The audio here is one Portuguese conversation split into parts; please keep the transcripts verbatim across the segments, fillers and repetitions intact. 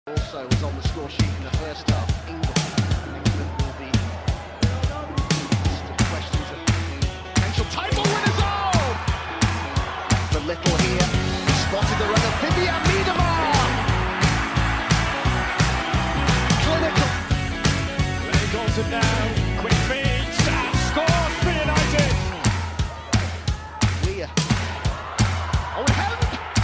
Also was on the score sheet in the first half. England, England will be the questions of potential title winners. Oh, the little here spotted the run of Vivian Miedemar. Clinical. There goes it now. Quick feed. Sam scores for United. Weir. Oh, help!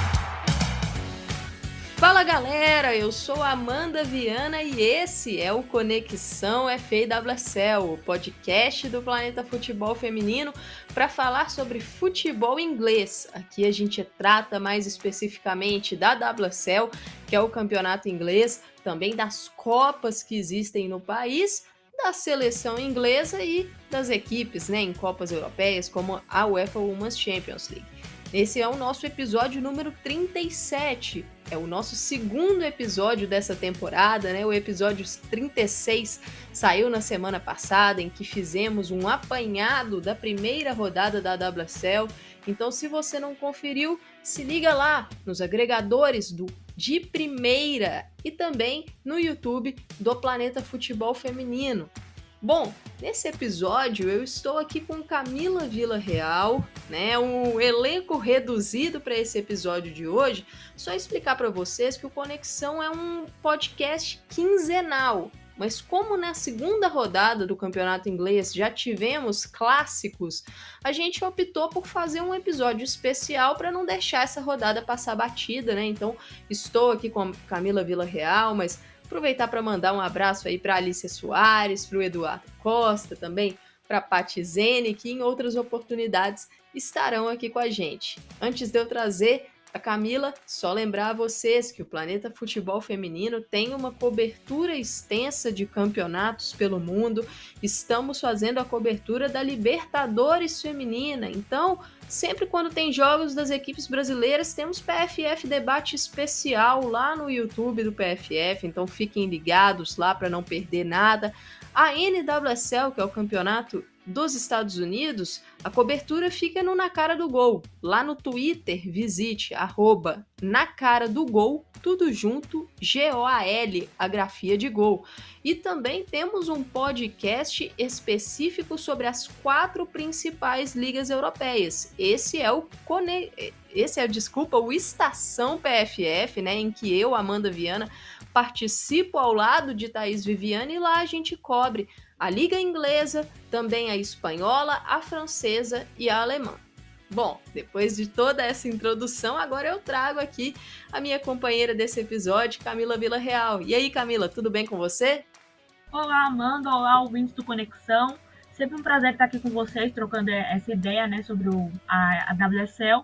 Fala galera, eu sou a Amanda Viana e esse é o Conexão F A W S L, o podcast do Planeta Futebol Feminino para falar sobre futebol inglês. Aqui a gente trata mais especificamente da W S L, que é o campeonato inglês, também das copas que existem no país, da seleção inglesa e das equipes, né, em copas europeias como a UEFA Women's Champions League. Esse é o nosso episódio número trinta e sete, é o nosso segundo episódio dessa temporada, né? O episódio trinta e seis saiu na semana passada, em que fizemos um apanhado da primeira rodada da W S L. Então, se você não conferiu, se liga lá nos agregadores do De Primeira e também no YouTube do Planeta Futebol Feminino. Bom, nesse episódio eu estou aqui com Camila Villarreal, né? Um elenco reduzido para esse episódio de hoje. Só explicar para vocês que o Conexão é um podcast quinzenal, mas como na segunda rodada do campeonato inglês já tivemos clássicos, a gente optou por fazer um episódio especial para não deixar essa rodada passar batida, né? Então estou aqui com a Camila Villarreal, mas aproveitar para mandar um abraço aí para Alicia Soares, para o Eduardo Costa, também para a Paty Zene, que em outras oportunidades estarão aqui com a gente. Antes de eu trazer a Camila, só lembrar a vocês que o Planeta Futebol Feminino tem uma cobertura extensa de campeonatos pelo mundo. Estamos fazendo a cobertura da Libertadores Feminina, então sempre quando tem jogos das equipes brasileiras, temos P F F Debate Especial lá no YouTube do P F F, então fiquem ligados lá para não perder nada. A N W S L, que é o campeonato dos Estados Unidos, a cobertura fica no Na Cara do Gol. Lá no Twitter, visite arroba Na Cara do Gol, tudo junto, G O A L, a grafia de gol. E também temos um podcast específico sobre as quatro principais ligas europeias. Esse é o Cone... Esse é, desculpa, o Estação P F F, né, em que eu, Amanda Viana, participo ao lado de Thaís Viviane e lá a gente cobre a Liga Inglesa, também a Espanhola, a Francesa e a Alemã. Bom, depois de toda essa introdução, agora eu trago aqui a minha companheira desse episódio, Camila Villarreal. E aí, Camila, tudo bem com você? Olá, Amanda. Olá, ouvintes do Conexão. Sempre um prazer estar aqui com vocês, trocando essa ideia, né, sobre o, a, a W S L.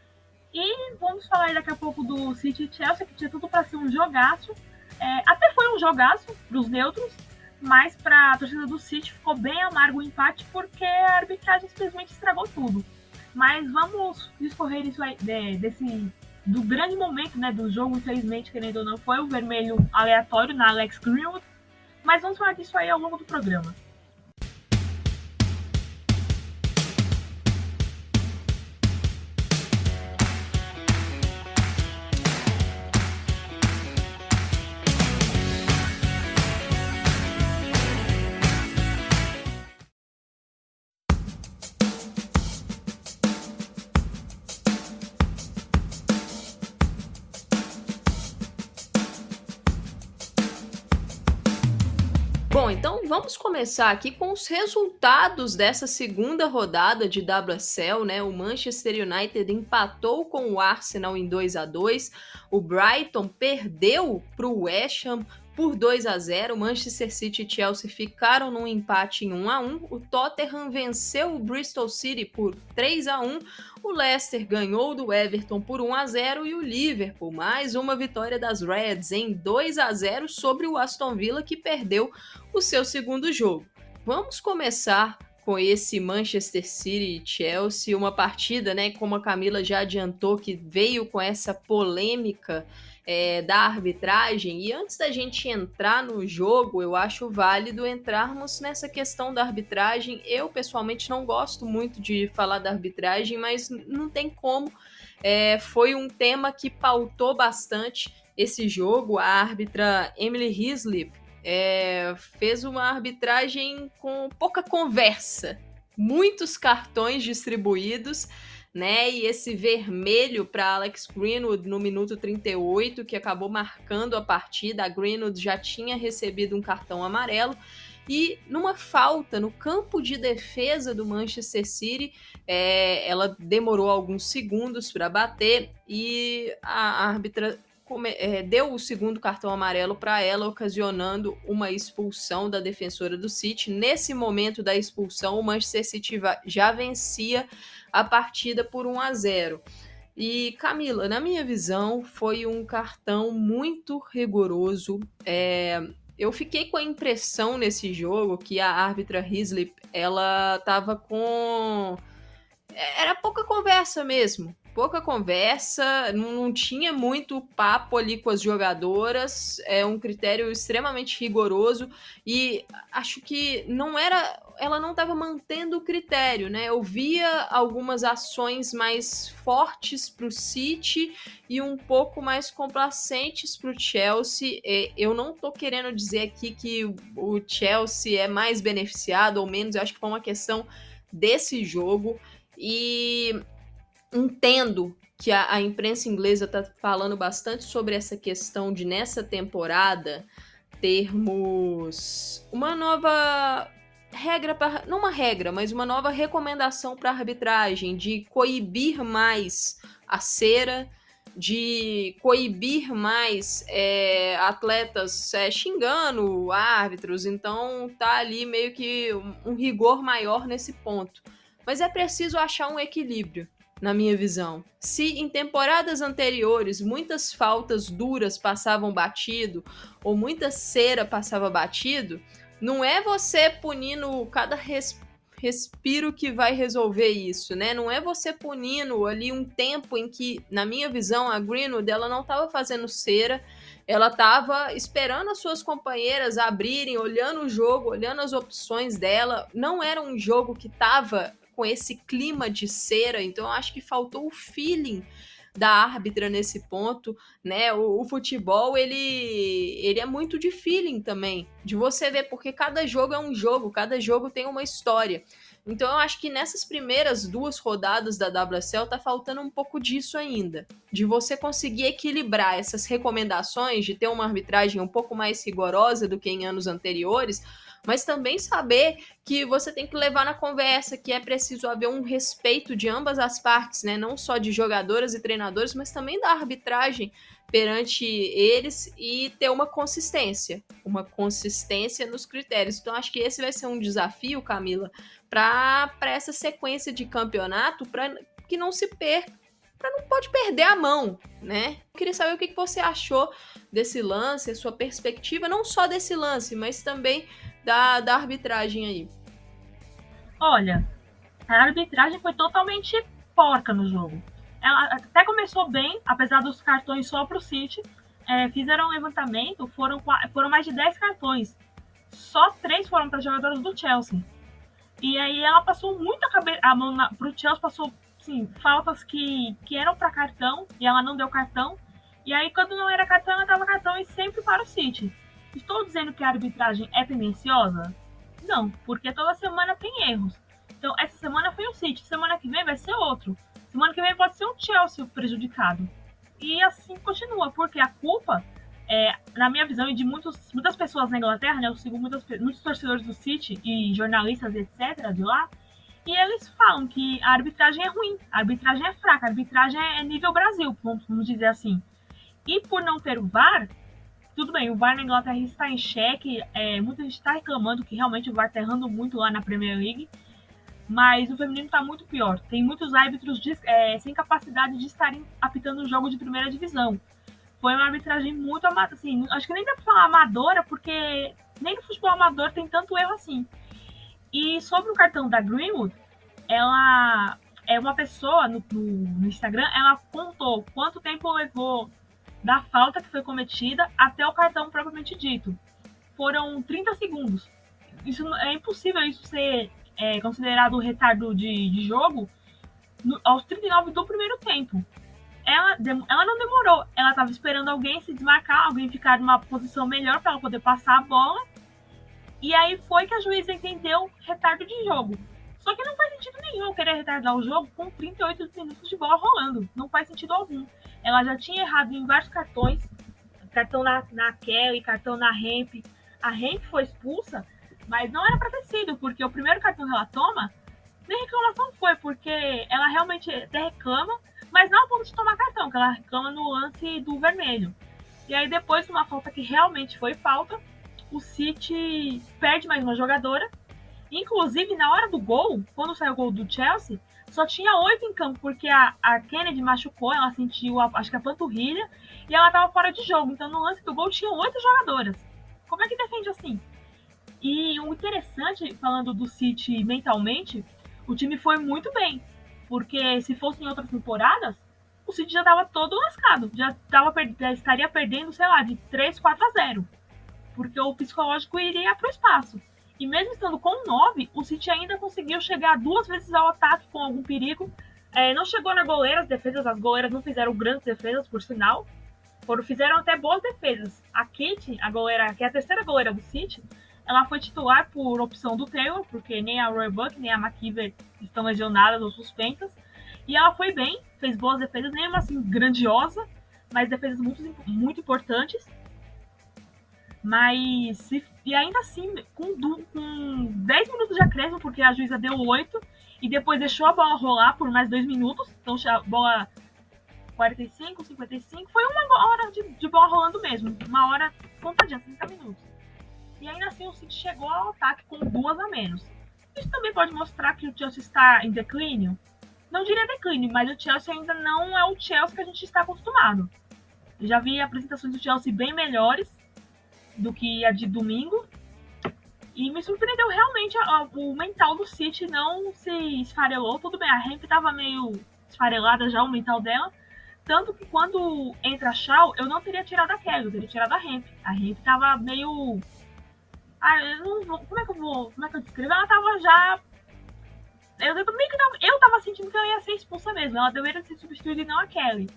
E vamos falar daqui a pouco do City e Chelsea, que tinha tudo para ser um jogaço. É, até foi um jogaço para os neutros, mas para a torcida do City ficou bem amargo o empate, porque a arbitragem simplesmente estragou tudo. Mas vamos discorrer isso aí, de, desse, do grande momento, né, do jogo, infelizmente, querendo ou não, foi o vermelho aleatório na Alex Greenwood. Mas vamos falar disso aí ao longo do programa. Bom, então vamos começar aqui com os resultados dessa segunda rodada de W S L, né? O Manchester United empatou com o Arsenal em dois a dois, o Brighton perdeu para o West Ham por dois a zero, o Manchester City e Chelsea ficaram num empate em um a um, o Tottenham venceu o Bristol City por três a um, o Leicester ganhou do Everton por um a zero e o Liverpool, mais uma vitória das Reds em dois a zero sobre o Aston Villa, que perdeu o seu segundo jogo. Vamos começar com esse Manchester City e Chelsea, uma partida, né, como a Camila já adiantou, que veio com essa polêmica é, da arbitragem. E antes da gente entrar no jogo, eu acho válido entrarmos nessa questão da arbitragem. Eu, pessoalmente, não gosto muito de falar da arbitragem, mas não tem como. É, foi um tema que pautou bastante esse jogo, a árbitra Emily Hislop é, fez uma arbitragem com pouca conversa, muitos cartões distribuídos, né? E esse vermelho para Alex Greenwood no minuto trinta e oito, que acabou marcando a partida. A Greenwood já tinha recebido um cartão amarelo. E numa falta no campo de defesa do Manchester City, é, ela demorou alguns segundos para bater e a árbitra come, é, deu o segundo cartão amarelo para ela, ocasionando uma expulsão da defensora do City. Nesse momento da expulsão, o Manchester City já vencia a partida por um a zero. E, Camila, na minha visão, foi um cartão muito rigoroso. É, eu fiquei com a impressão nesse jogo que a árbitra Hislop, ela estava com... Era pouca conversa mesmo. Pouca conversa, não, não tinha muito papo ali com as jogadoras, é um critério extremamente rigoroso e acho que não era, ela não estava mantendo o critério, né? Eu via algumas ações mais fortes para o City e um pouco mais complacentes para o Chelsea. Eu não estou querendo dizer aqui que o Chelsea é mais beneficiado ou menos, eu acho que foi uma questão desse jogo e... Entendo que a, a imprensa inglesa está falando bastante sobre essa questão de, nessa temporada, termos uma nova regra, pra, não uma regra, mas uma nova recomendação para a arbitragem, de coibir mais a cera, de coibir mais é, atletas é, xingando árbitros, então tá ali meio que um, um rigor maior nesse ponto. Mas é preciso achar um equilíbrio, na minha visão. Se em temporadas anteriores muitas faltas duras passavam batido, ou muita cera passava batido, não é você punindo cada res, respiro que vai resolver isso, né? Não é você punindo ali um tempo em que, na minha visão, a Greenwood, ela não estava fazendo cera, ela estava esperando as suas companheiras abrirem, olhando o jogo, olhando as opções dela. Não era um jogo que estava com esse clima de cera, então eu acho que faltou o feeling da árbitra nesse ponto, né? O, o futebol, ele, ele é muito de feeling também, de você ver, porque cada jogo é um jogo, cada jogo tem uma história. Então eu acho que nessas primeiras duas rodadas da W S L tá faltando um pouco disso ainda, de você conseguir equilibrar essas recomendações, de ter uma arbitragem um pouco mais rigorosa do que em anos anteriores, mas também saber que você tem que levar na conversa, que é preciso haver um respeito de ambas as partes, né? Não só de jogadoras e treinadores, mas também da arbitragem perante eles e ter uma consistência, uma consistência nos critérios. Então, acho que esse vai ser um desafio, Camila, para essa sequência de campeonato, para que não se perca, para não pode perder a mão, né? Eu queria saber o que você achou desse lance, a sua perspectiva, não só desse lance, mas também da, da arbitragem aí. Olha, a arbitragem foi totalmente porca no jogo. Ela até começou bem, apesar dos cartões só pro City. É, fizeram um levantamento, foram, foram mais de dez cartões. Só três foram para jogadoras do Chelsea. E aí ela passou muito a, cabe- a mão na, pro Chelsea, passou sim, faltas que, que eram para cartão, e ela não deu cartão. E aí quando não era cartão, ela dava cartão e sempre para o City. Estou dizendo que a arbitragem é tendenciosa? Não, porque toda semana tem erros. Então, essa semana foi o City, semana que vem vai ser outro. Semana que vem pode ser o Chelsea prejudicado. E assim continua, porque a culpa, é, na minha visão, e de muitos, muitas pessoas na Inglaterra, né, eu sigo muitos, muitos torcedores do City e jornalistas, etcétera, de lá, e eles falam que a arbitragem é ruim, a arbitragem é fraca, a arbitragem é nível Brasil, vamos, vamos dizer assim. E por não ter o V A R, tudo bem, o V A R na Inglaterra está em xeque, é, muita gente está reclamando que realmente o V A R está errando muito lá na Premier League, mas o feminino está muito pior. Tem muitos árbitros de, é, sem capacidade de estarem apitando um jogo de primeira divisão. Foi uma arbitragem muito amadora, assim, acho que nem dá para falar amadora, porque nem no futebol amador tem tanto erro assim. E sobre o cartão da Greenwood, ela é uma pessoa no, no, no Instagram, ela contou quanto tempo levou da falta que foi cometida até o cartão propriamente dito. Foram trinta segundos. Isso é impossível isso ser é, considerado retardo de, de jogo no, aos trinta e nove do primeiro tempo. ela, ela não demorou. Ela estava esperando alguém se desmarcar, alguém ficar numa posição melhor para ela poder passar a bola. E aí foi que a juíza entendeu retardo de jogo. Só que não faz sentido nenhum eu querer retardar o jogo com trinta e oito minutos de bola rolando. Não faz sentido algum. Ela já tinha errado em vários cartões. Cartão na, na Kelly, cartão na Hemp. A Hemp foi expulsa, mas não era para ter sido, porque o primeiro cartão que ela toma, nem reclamação foi, porque ela realmente até reclama, mas não a ponto de tomar cartão, que ela reclama no lance do vermelho. E aí depois, numa falta que realmente foi falta, o City perde mais uma jogadora. Inclusive, na hora do gol, quando saiu o gol do Chelsea, só tinha oito em campo, porque a, a Kennedy machucou, ela sentiu, a, acho que a panturrilha, e ela estava fora de jogo. Então, no lance do gol, tinha oito jogadoras. Como é que defende assim? E o interessante, falando do City mentalmente, o time foi muito bem. Porque se fosse em outras temporadas, o City já estava todo lascado. Já, tava, já estaria perdendo, sei lá, de três, quatro a zero. Porque o psicológico iria para o espaço. E mesmo estando com nove, o City ainda conseguiu chegar duas vezes ao ataque com algum perigo. É, não chegou na goleira, as defesas, as goleiras não fizeram grandes defesas, por sinal. Foram, fizeram até boas defesas. A Kate, a goleira, que é a terceira goleira do City, ela foi titular por opção do Taylor, porque nem a Roebuck nem a McKeever estão lesionadas ou suspensas. E ela foi bem, fez boas defesas, nem uma assim grandiosa, mas defesas muito, muito importantes. Mas, e ainda assim, com, com dez minutos de acréscimo, porque a juíza deu oito, e depois deixou a bola rolar por mais dois minutos, então a bola quarenta e cinco, cinquenta e cinco, foi uma hora de, de bola rolando mesmo, uma hora contadinha, trinta minutos. E ainda assim o City chegou ao ataque com duas a menos. Isso também pode mostrar que o Chelsea está em declínio? Não diria declínio, mas o Chelsea ainda não é o Chelsea que a gente está acostumado. Eu já vi apresentações do Chelsea bem melhores do que a de domingo, e me surpreendeu realmente a, a, o mental do City não se esfarelou. Tudo bem, a Hemp estava meio esfarelada já, o mental dela, tanto que quando entra a Shaw, eu não teria tirado a Kelly, eu teria tirado a Hemp. A Hemp estava meio... Ah, eu não vou... Como é que eu vou... Como é que eu descrevo? Ela estava já... Eu, eu, meio que tava... eu tava sentindo que ela ia ser expulsa mesmo, ela deveria ser substituída e não a Kelly.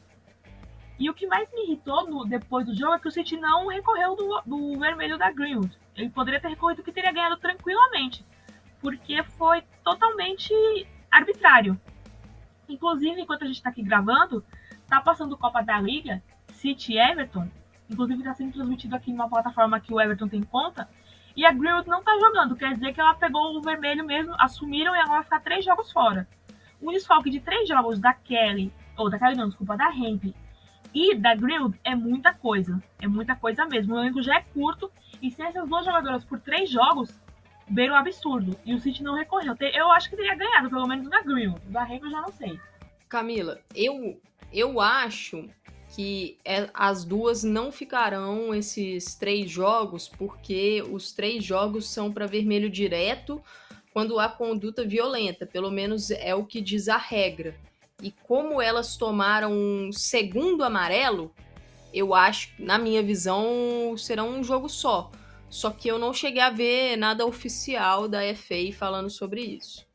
E o que mais me irritou no, depois do jogo é que o City não recorreu do, do vermelho da Greenwood. Ele poderia ter recorrido, que teria ganhado tranquilamente, porque foi totalmente arbitrário. Inclusive, enquanto a gente está aqui gravando, tá passando Copa da Liga, City e Everton. Inclusive, está sendo transmitido aqui numa plataforma que o Everton tem conta. E a Greenwood não tá jogando, quer dizer que ela pegou o vermelho mesmo, assumiram e agora vai ficar três jogos fora. Um desfalque de três jogos da Kelly, ou da Kelly não, desculpa, da Hemp e da Greenwood é muita coisa. É muita coisa mesmo. O elenco já é curto e sem essas duas jogadoras por três jogos, beira um absurdo. E o City não recorreu. Eu acho que teria ganhado, pelo menos da Greenwood. Da Hemp eu já não sei. Camila, eu, eu acho que as duas não ficarão esses três jogos, porque os três jogos são para vermelho direto quando há conduta violenta. Pelo menos é o que diz a regra. E como elas tomaram um segundo amarelo, eu acho, na minha visão, será um jogo só. Só que eu não cheguei a ver nada oficial da F A falando sobre isso.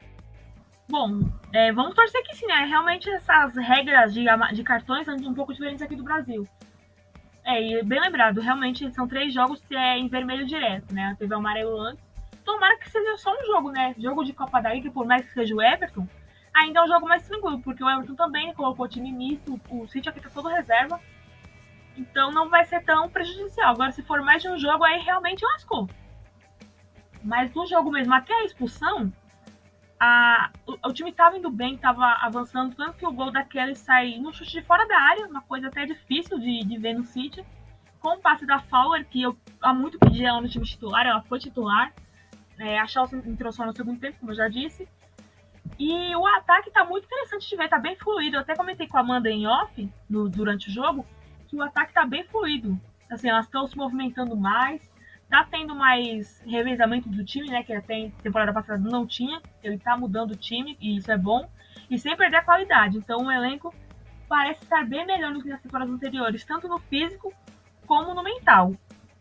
Bom, é, vamos torcer que sim, né? Realmente essas regras de, de cartões são um pouco diferentes aqui do Brasil. É, e bem lembrado, realmente são três jogos que é em vermelho direto, né? Teve o amarelo antes. Tomara que seja só um jogo, né? Jogo de Copa da Liga, por mais que seja o Everton, ainda é um jogo mais tranquilo, porque o Everton também colocou o time misto, o City aqui tá todo reserva, então não vai ser tão prejudicial. Agora, se for mais de um jogo, aí realmente lascou. Mas no jogo mesmo, até a expulsão, a, o, o time tava indo bem, tava avançando, tanto que o gol da Kelly sai no chute de fora da área, uma coisa até difícil de, de ver no City, com o passe da Fowler, que eu há muito pedi ela no time titular, ela foi titular, é, a Chelsea entrou só no segundo tempo, como eu já disse. E o ataque tá muito interessante de ver, tá bem fluido. Eu até comentei com a Amanda em off, no, durante o jogo, que o ataque tá bem fluido. Assim, elas estão se movimentando mais, tá tendo mais revezamento do time, né, que até temporada passada não tinha. Ele tá mudando o time, e isso é bom, e sem perder a qualidade. Então o elenco parece estar bem melhor do que nas temporadas anteriores, tanto no físico como no mental.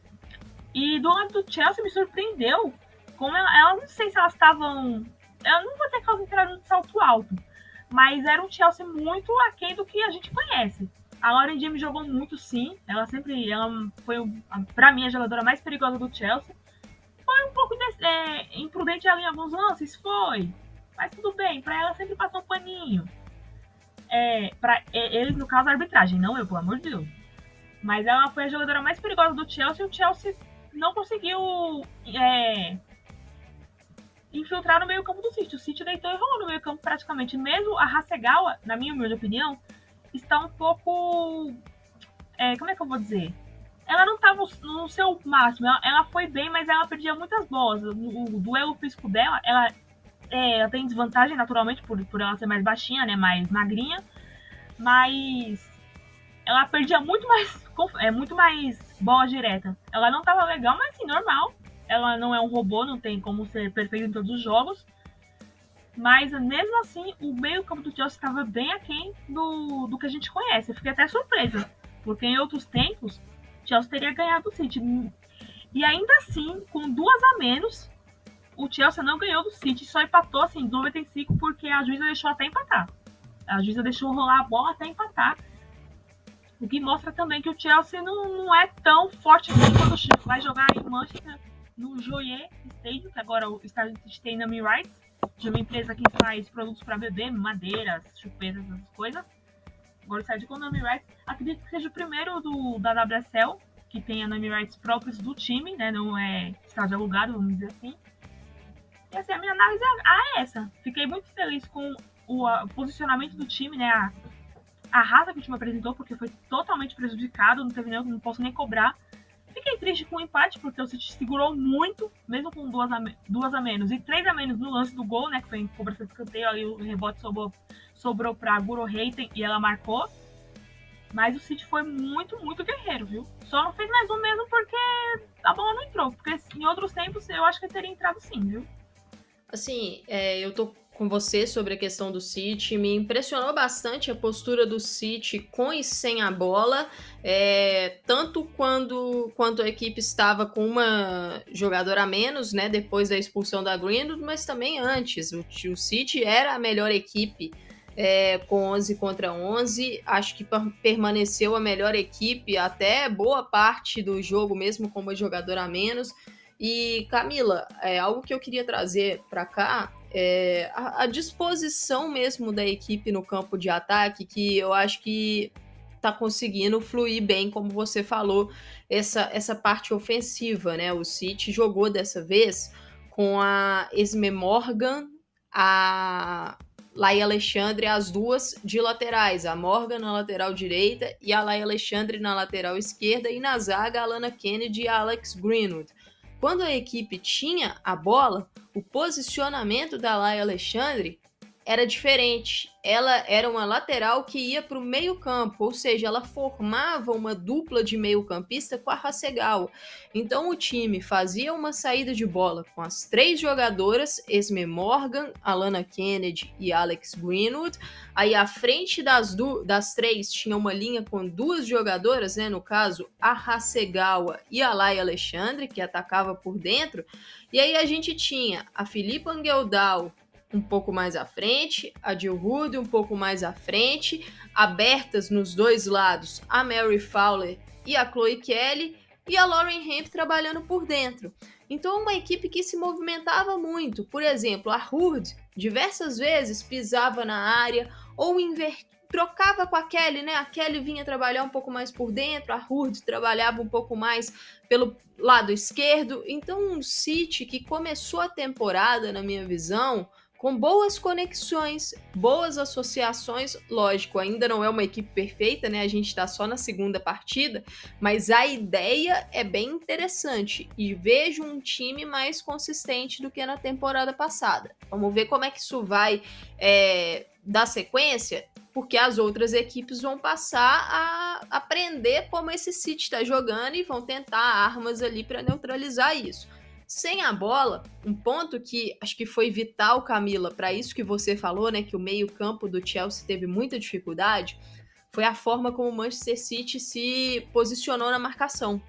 E do lado do Chelsea me surpreendeu, como ela, ela não sei se elas estavam... Eu não vou ter que elas entraram de salto alto, mas era um Chelsea muito aquém do que a gente conhece. A Lauren James jogou muito, sim. Ela sempre ela foi, pra mim, a jogadora mais perigosa do Chelsea. Foi um pouco de, é, imprudente ali em alguns lances, foi. Mas tudo bem, pra ela sempre passou um paninho. É, pra eles, no caso, a arbitragem, não eu, pelo amor de Deus. Mas ela foi a jogadora mais perigosa do Chelsea e o Chelsea não conseguiu é, infiltrar no meio campo do City. O City deitou e rolou no meio campo praticamente. Mesmo a Hasegawa, na minha humilde opinião, está um pouco... É, como é que eu vou dizer? Ela não estava no seu máximo. Ela, ela foi bem, mas ela perdia muitas bolas. O, o duelo físico dela, ela, é, ela tem desvantagem, naturalmente, por, por ela ser mais baixinha, né, mais magrinha. Mas ela perdia muito mais, é, muito mais bola direta. Ela não estava legal, mas assim, normal. Ela não é um robô, não tem como ser perfeita em todos os jogos. Mas, mesmo assim, o meio-campo do Chelsea estava bem aquém do, do que a gente conhece. Eu fiquei até surpresa, porque em outros tempos, o Chelsea teria ganhado o City. E ainda assim, com duas a menos, o Chelsea não ganhou do City, só empatou assim, noventa e cinco, porque a juíza deixou até empatar. A juíza deixou rolar a bola até empatar. O que mostra também que o Chelsea não, não é tão forte quando vai jogar em Manchester, no Joye Stadium, que agora o estádio tem Nami Rights, de uma empresa que faz produtos para bebê, madeiras, chupetas, essas coisas. Agora o estádio com Nami Rights. Acredito que seja o primeiro do, da W S L, que tem a Nami Rights próprios do time, né? Não é estádio alugado, vamos dizer assim. E assim, a minha análise é essa. Fiquei muito feliz com o a, posicionamento do time, né? A, a raça que o time apresentou, porque foi totalmente prejudicado, não teve nem, não posso nem cobrar. Fiquei triste com o empate, porque o City segurou muito, mesmo com duas a, duas a menos. E três a menos no lance do gol, né? Que foi em cobrança de escanteio, aí o rebote sobrou, sobrou pra Guro Reiten e ela marcou. Mas o City foi muito, muito guerreiro, viu? Só não fez mais um mesmo porque a bola não entrou. Porque em outros tempos eu acho que teria entrado sim, viu? Assim, é, eu tô com você sobre a questão do City. Me impressionou bastante a postura do City com e sem a bola, é, tanto quando, quanto a equipe estava com uma jogadora a menos, né, depois da expulsão da Greenwood, mas também antes. O, o City era a melhor equipe é, com onze contra onze. Acho que permaneceu a melhor equipe até boa parte do jogo, mesmo com uma jogadora a menos. E, Camila, é, algo que eu queria trazer para cá é a, a disposição mesmo da equipe no campo de ataque, que eu acho que tá conseguindo fluir bem, como você falou, essa, essa parte ofensiva, né? O City jogou dessa vez com a Esme Morgan, a Laia Alexandre, as duas de laterais, a Morgan na lateral direita e a Laia Alexandre na lateral esquerda, e na zaga a Alana Kennedy e a Alex Greenwood. Quando a equipe tinha a bola, o posicionamento da Laia Alexandre era diferente. Ela era uma lateral que ia para o meio campo, ou seja, ela formava uma dupla de meio campista com a Hasegawa. Então o time fazia uma saída de bola com as três jogadoras, Esme Morgan, Alana Kennedy e Alex Greenwood. Aí à frente das, du- das três tinha uma linha com duas jogadoras, né? No caso, a Hasegawa e a Laia Alexandre, que atacava por dentro. E aí a gente tinha a Filipa Angeldal um pouco mais à frente, a Jill Hood um pouco mais à frente, abertas nos dois lados a Mary Fowler e a Chloe Kelly, e a Lauren Hemp trabalhando por dentro. Então uma equipe que se movimentava muito. Por exemplo, a Hood diversas vezes pisava na área ou invertia, trocava com a Kelly, né? A Kelly vinha trabalhar um pouco mais por dentro, a Hood trabalhava um pouco mais pelo lado esquerdo. Então um City que começou a temporada, na minha visão, com boas conexões, boas associações. Lógico, ainda não é uma equipe perfeita, né? A gente está só na segunda partida, mas a ideia é bem interessante e vejo um time mais consistente do que na temporada passada. Vamos ver como é que isso vai é, dar sequência, porque as outras equipes vão passar a aprender como esse City está jogando e vão tentar armas ali para neutralizar isso. Sem a bola, um ponto que acho que foi vital, Camila, para isso que você falou, né, que o meio-campo do Chelsea teve muita dificuldade, foi a forma como o Manchester City se posicionou na marcação.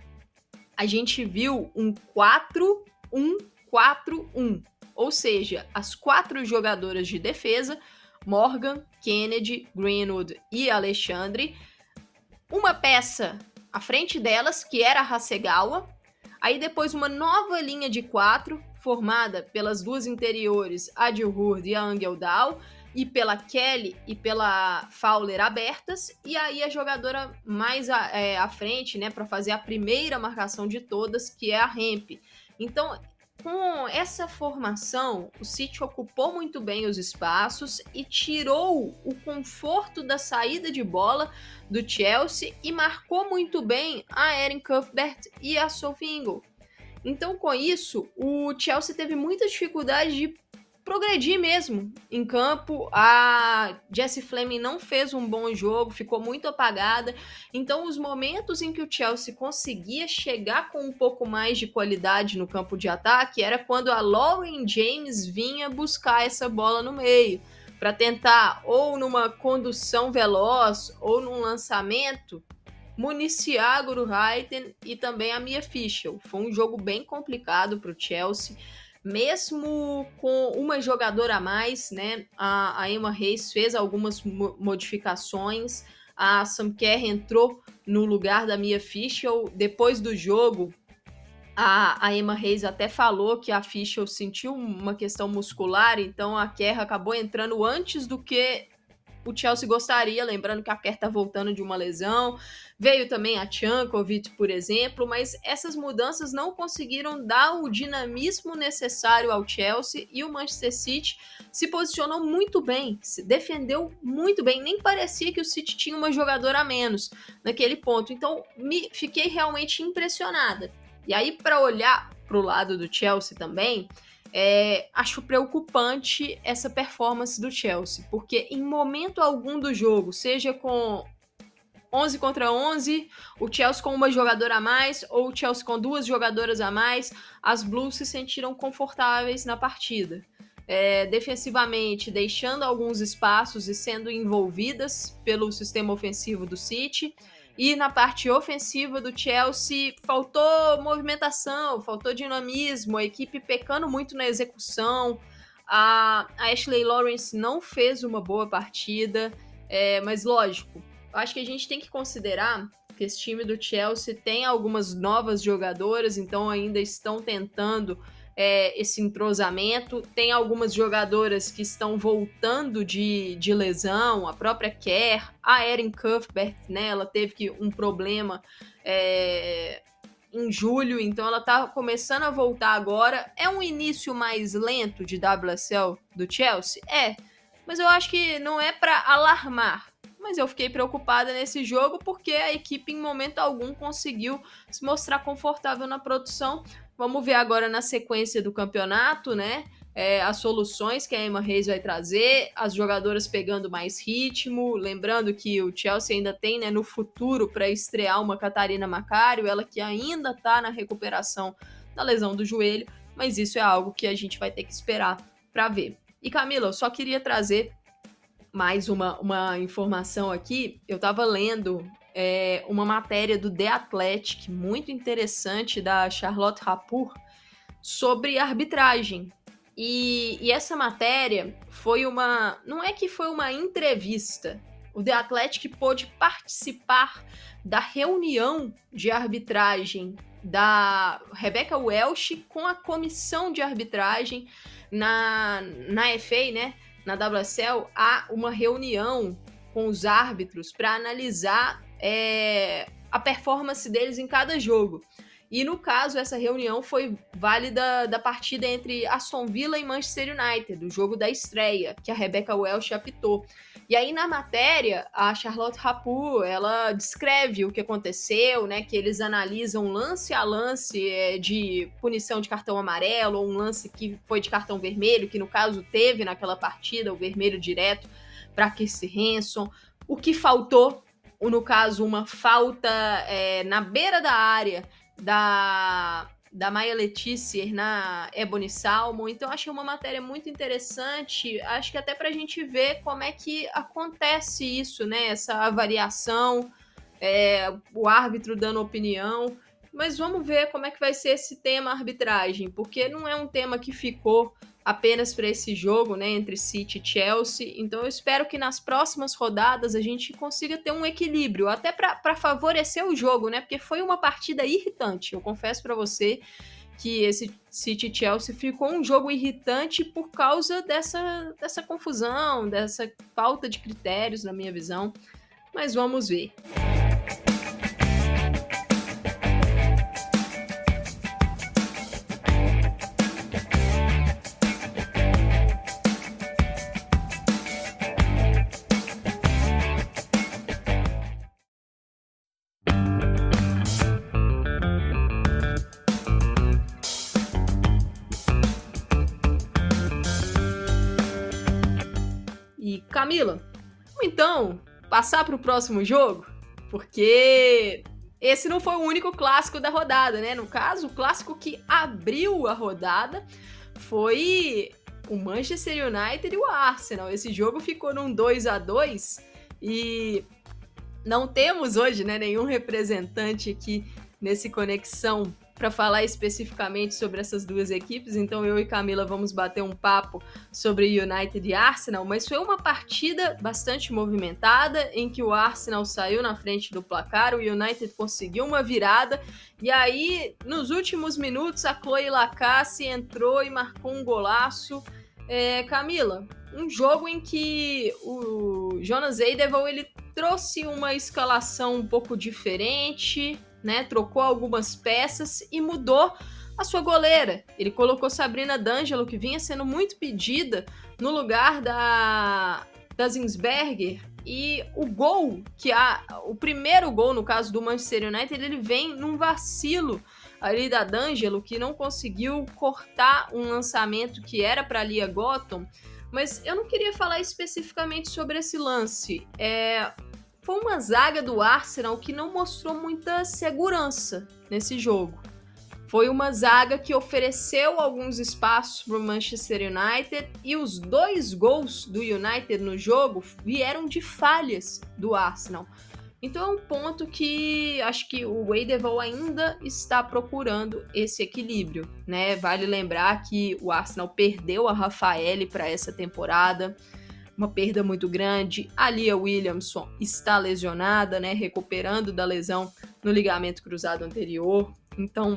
A gente viu um quatro um quatro um, ou seja, as quatro jogadoras de defesa Morgan, Kennedy, Greenwood e Alexandre. Uma peça à frente delas, que era a Hasegawa. Aí depois uma nova linha de quatro, formada pelas duas interiores, a Dilhurd e a Angeldal, e pela Kelly e pela Fowler abertas, e aí a jogadora mais à, é, à frente, né, para fazer a primeira marcação de todas, que é a Hemp. Então, com essa formação, o City ocupou muito bem os espaços e tirou o conforto da saída de bola do Chelsea e marcou muito bem a Erin Cuthbert e a Sophie Ingle. Então, com isso, o Chelsea teve muita dificuldade de progredir mesmo em campo. A Jessie Fleming não fez um bom jogo, ficou muito apagada. Então, os momentos em que o Chelsea conseguia chegar com um pouco mais de qualidade no campo de ataque era quando a Lauren James vinha buscar essa bola no meio, para tentar, ou numa condução veloz, ou num lançamento, municiar a Guro Reiten e também a Mia Fischel. Foi um jogo bem complicado para o Chelsea, mesmo com uma jogadora a mais, né? A, a Emma Hayes fez algumas mo- modificações, a Sam Kerr entrou no lugar da Mia Fischel. Depois do jogo, a, a Emma Hayes até falou que a Fischel sentiu uma questão muscular, então a Kerr acabou entrando antes do que o Chelsea gostaria, lembrando que a Kerr está voltando de uma lesão. Veio também a Tchankovic, por exemplo, mas essas mudanças não conseguiram dar o dinamismo necessário ao Chelsea, e o Manchester City se posicionou muito bem, se defendeu muito bem, nem parecia que o City tinha uma jogadora a menos naquele ponto. Então, me, fiquei realmente impressionada. E aí, para olhar para o lado do Chelsea também, É, acho preocupante essa performance do Chelsea, porque em momento algum do jogo, seja com onze contra onze, o Chelsea com uma jogadora a mais ou o Chelsea com duas jogadoras a mais, as Blues se sentiram confortáveis na partida. É, defensivamente, deixando alguns espaços e sendo envolvidas pelo sistema ofensivo do City. E na parte ofensiva do Chelsea, faltou movimentação, faltou dinamismo, a equipe pecando muito na execução. A, a Ashley Lawrence não fez uma boa partida, é, mas lógico, acho que a gente tem que considerar que esse time do Chelsea tem algumas novas jogadoras, então ainda estão tentando é, esse entrosamento. Tem algumas jogadoras que estão voltando de, de lesão, a própria Kerr, a Erin Cuthbert, né, ela teve que, um problema é, em julho, então ela está começando a voltar agora. É um início mais lento de W S L do Chelsea? É, mas eu acho que não é para alarmar. Mas eu fiquei preocupada nesse jogo porque a equipe em momento algum conseguiu se mostrar confortável na produção. Vamos ver agora na sequência do campeonato, né? É, as soluções que a Emma Hayes vai trazer, as jogadoras pegando mais ritmo. Lembrando que o Chelsea ainda tem, né, no futuro para estrear uma Catarina Macario, ela que ainda está na recuperação da lesão do joelho, mas isso é algo que a gente vai ter que esperar para ver. E Camila, eu só queria trazer mais uma, uma informação aqui. Eu estava lendo é, uma matéria do The Athletic, muito interessante, da Charlotte Rapour, sobre arbitragem. E, e essa matéria foi uma... Não é que foi uma entrevista. O The Athletic pôde participar da reunião de arbitragem da Rebecca Welch com a comissão de arbitragem na, na F A, né? Na W S L, há uma reunião com os árbitros para analisar é, a performance deles em cada jogo. E no caso, essa reunião foi válida da partida entre Aston Villa e Manchester United, do jogo da estreia, que a Rebecca Welch apitou. E aí na matéria, a Charlotte Rapour, ela descreve o que aconteceu, né, que eles analisam lance a lance é, de punição de cartão amarelo, ou um lance que foi de cartão vermelho, que no caso teve naquela partida, o vermelho direto para Kirsty Hanson. O que faltou, no caso, uma falta é, na beira da área, da, da Maya Letícia na Ebony Salmon. Então achei uma matéria muito interessante, acho que até pra gente ver como é que acontece isso, né, essa variação, é, o árbitro dando opinião. Mas vamos ver como é que vai ser esse tema arbitragem, porque não é um tema que ficou apenas para esse jogo, né, entre City e Chelsea. Então eu espero que nas próximas rodadas a gente consiga ter um equilíbrio, até para favorecer o jogo, né, porque foi uma partida irritante. Eu confesso para você que esse City e Chelsea ficou um jogo irritante por causa dessa, dessa confusão, dessa falta de critérios, na minha visão. Mas vamos ver. E Camila, então, passar para o próximo jogo, porque esse não foi o único clássico da rodada, né? No caso, o clássico que abriu a rodada foi o Manchester United e o Arsenal. Esse jogo ficou num dois a dois e não temos hoje, né, nenhum representante aqui nesse Conexão para falar especificamente sobre essas duas equipes, então eu e Camila vamos bater um papo sobre United e Arsenal, mas foi uma partida bastante movimentada, em que o Arsenal saiu na frente do placar, o United conseguiu uma virada, e aí, nos últimos minutos, a Chloe Lacasse entrou e marcou um golaço. É, Camila, um jogo em que o Jonas Eidevall, ele trouxe uma escalação um pouco diferente, né, trocou algumas peças e mudou a sua goleira. Ele colocou Sabrina D'Angelo, que vinha sendo muito pedida, no lugar da, da Zinsberger, e o gol, que a, o primeiro gol, no caso do Manchester United, ele vem num vacilo ali da D'Angelo, que não conseguiu cortar um lançamento que era para a Lia Gotham, mas eu não queria falar especificamente sobre esse lance. É... Foi uma zaga do Arsenal que não mostrou muita segurança nesse jogo. Foi uma zaga que ofereceu alguns espaços para o Manchester United e os dois gols do United no jogo vieram de falhas do Arsenal. Então é um ponto que acho que o Eidevall ainda está procurando esse equilíbrio, né? Vale lembrar que o Arsenal perdeu a Rafaele para essa temporada, uma perda muito grande. A Lia Williamson está lesionada, né, recuperando da lesão no ligamento cruzado anterior. Então,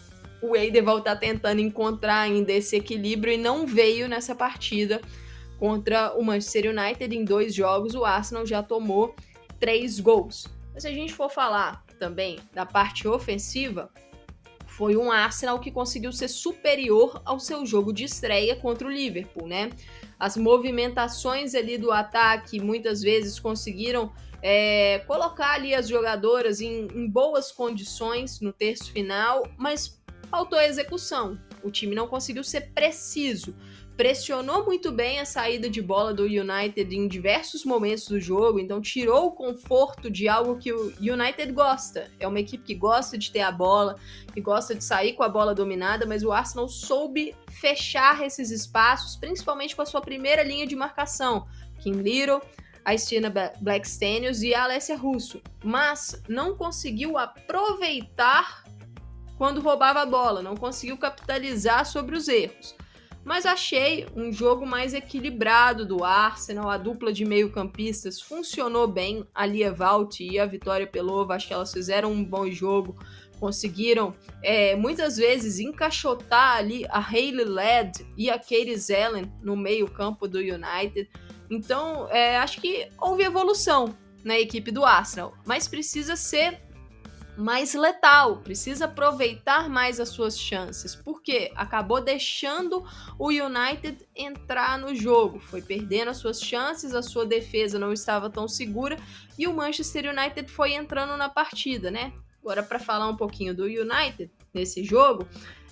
o Eidevall está tentando encontrar ainda esse equilíbrio e não veio nessa partida contra o Manchester United. Em dois jogos, o Arsenal já tomou três gols. Mas se a gente for falar também da parte ofensiva, foi um Arsenal que conseguiu ser superior ao seu jogo de estreia contra o Liverpool, né? As movimentações ali do ataque muitas vezes conseguiram é, colocar ali as jogadoras em, em boas condições no terço final, mas faltou execução. O time não conseguiu ser preciso. Pressionou muito bem a saída de bola do United em diversos momentos do jogo, então tirou o conforto de algo que o United gosta. É uma equipe que gosta de ter a bola, que gosta de sair com a bola dominada, mas o Arsenal soube fechar esses espaços, principalmente com a sua primeira linha de marcação, Kim Little, a Stina Blackstenius e a Alessia Russo, mas não conseguiu aproveitar quando roubava a bola, não conseguiu capitalizar sobre os erros. Mas achei um jogo mais equilibrado do Arsenal, a dupla de meio-campistas funcionou bem, a Lia Valt e a Vitória Pelova, acho que elas fizeram um bom jogo, conseguiram é, muitas vezes encaixotar ali a Hayley Ladd e a Katie Zellen no meio-campo do United. Então, é, acho que houve evolução na equipe do Arsenal, mas precisa ser mais letal, precisa aproveitar mais as suas chances, porque acabou deixando o United entrar no jogo, foi perdendo as suas chances, a sua defesa não estava tão segura e o Manchester United foi entrando na partida, né? Agora, para falar um pouquinho do United nesse jogo,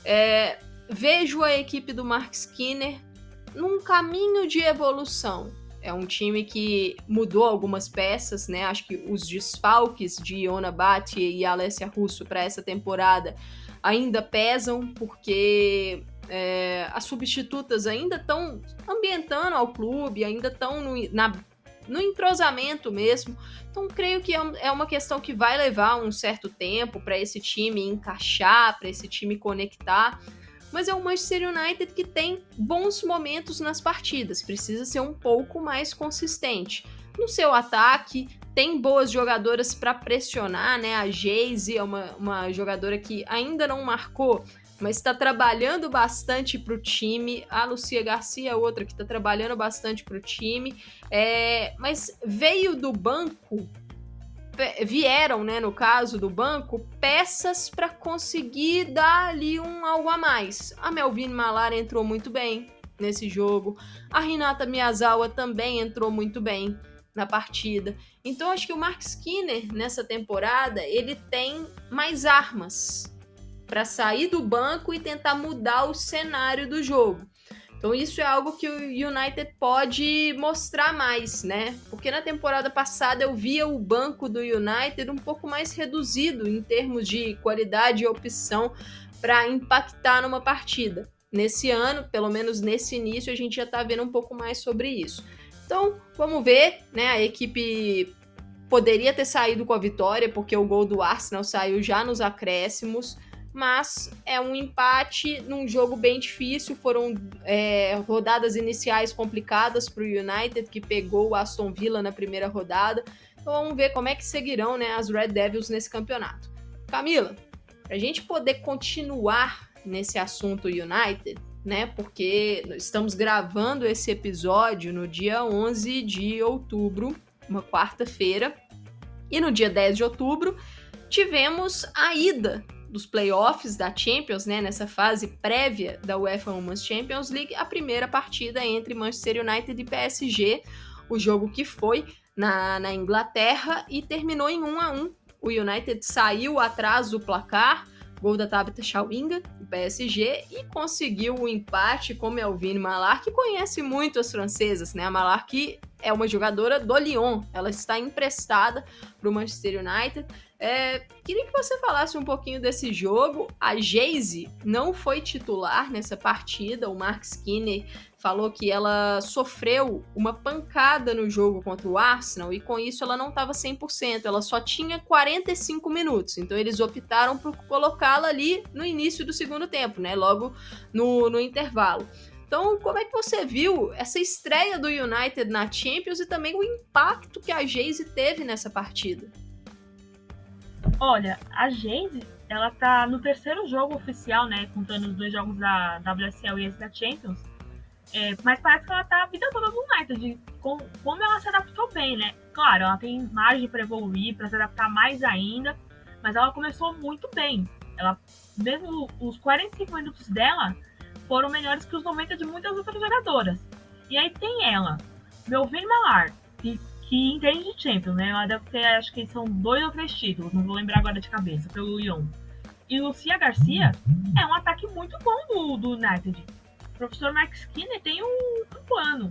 é, vejo a equipe do Mark Skinner num caminho de evolução. É um time que mudou algumas peças, né? Acho que os desfalques de Iona Batti e Alessia Russo para essa temporada ainda pesam, porque é, as substitutas ainda estão ambientando ao clube, ainda estão no, na, no entrosamento mesmo. Então, creio que é uma questão que vai levar um certo tempo para esse time encaixar, para esse time conectar. mas é o Manchester United que tem bons momentos nas partidas, precisa ser um pouco mais consistente. No seu ataque, tem boas jogadoras para pressionar, né? A Geise é uma, uma jogadora que ainda não marcou, mas está trabalhando bastante para o time. A Lucia Garcia é outra que está trabalhando bastante para o time, é, mas veio do banco, vieram, né, no caso do banco, peças para conseguir dar ali um algo a mais. A Melvine Malar entrou muito bem nesse jogo, a Renata Miyazawa também entrou muito bem na partida. Então acho que o Mark Skinner nessa temporada ele tem mais armas para sair do banco e tentar mudar o cenário do jogo. Então isso é algo que o United pode mostrar mais, né? Porque na temporada passada eu via o banco do United um pouco mais reduzido em termos de qualidade e opção para impactar numa partida. Nesse ano, pelo menos nesse início, a gente já está vendo um pouco mais sobre isso. Então, vamos ver, né? A equipe poderia ter saído com a vitória, porque o gol do Arsenal saiu já nos acréscimos, mas é um empate num jogo bem difícil. Foram é, rodadas iniciais complicadas para o United, que pegou o Aston Villa na primeira rodada. Então vamos ver como é que seguirão, né, as Red Devils nesse campeonato. Camila, para a gente poder continuar nesse assunto United, né, porque estamos gravando esse episódio no dia onze de outubro, uma quarta-feira, e no dia dez de outubro tivemos a ida dos playoffs da Champions, né, nessa fase prévia da UEFA Women's Champions League, a primeira partida entre Manchester United e P S G, o jogo que foi na, na Inglaterra e terminou em um a um. O United saiu atrás do placar, gol da Tabitha Chawinga, do P S G, e conseguiu o empate com Melvine Malar, que conhece muito as francesas, né? A Malar que é uma jogadora do Lyon, ela está emprestada para o Manchester United. É, queria que você falasse um pouquinho desse jogo. A Geise não foi titular nessa partida, o Mark Skinner falou que ela sofreu uma pancada no jogo contra o Arsenal e com isso ela não estava cem por cento, ela só tinha quarenta e cinco minutos, então eles optaram por colocá-la ali no início do segundo tempo, né? Logo no, no intervalo. Então, como é que você viu essa estreia do United na Champions e também o impacto que a Geise teve nessa partida? Olha, a Geise, ela tá no terceiro jogo oficial, né, contando os dois jogos da W S L e esse da Champions, é, mas parece que ela tá a vida toda no United, com, como ela se adaptou bem, né? Claro, ela tem margem para evoluir, para se adaptar mais ainda, mas ela começou muito bem. Ela, mesmo os quarenta e cinco minutos dela foram melhores que os noventa de muitas outras jogadoras. E aí tem ela, Melvine Malar, que que entende de Champions, né? Ela deve ter, acho que são dois ou três títulos, não vou lembrar agora de cabeça, pelo Lyon. E Lucia Garcia é um ataque muito bom do, do United. O professor Mark Skinner tem um, um plano.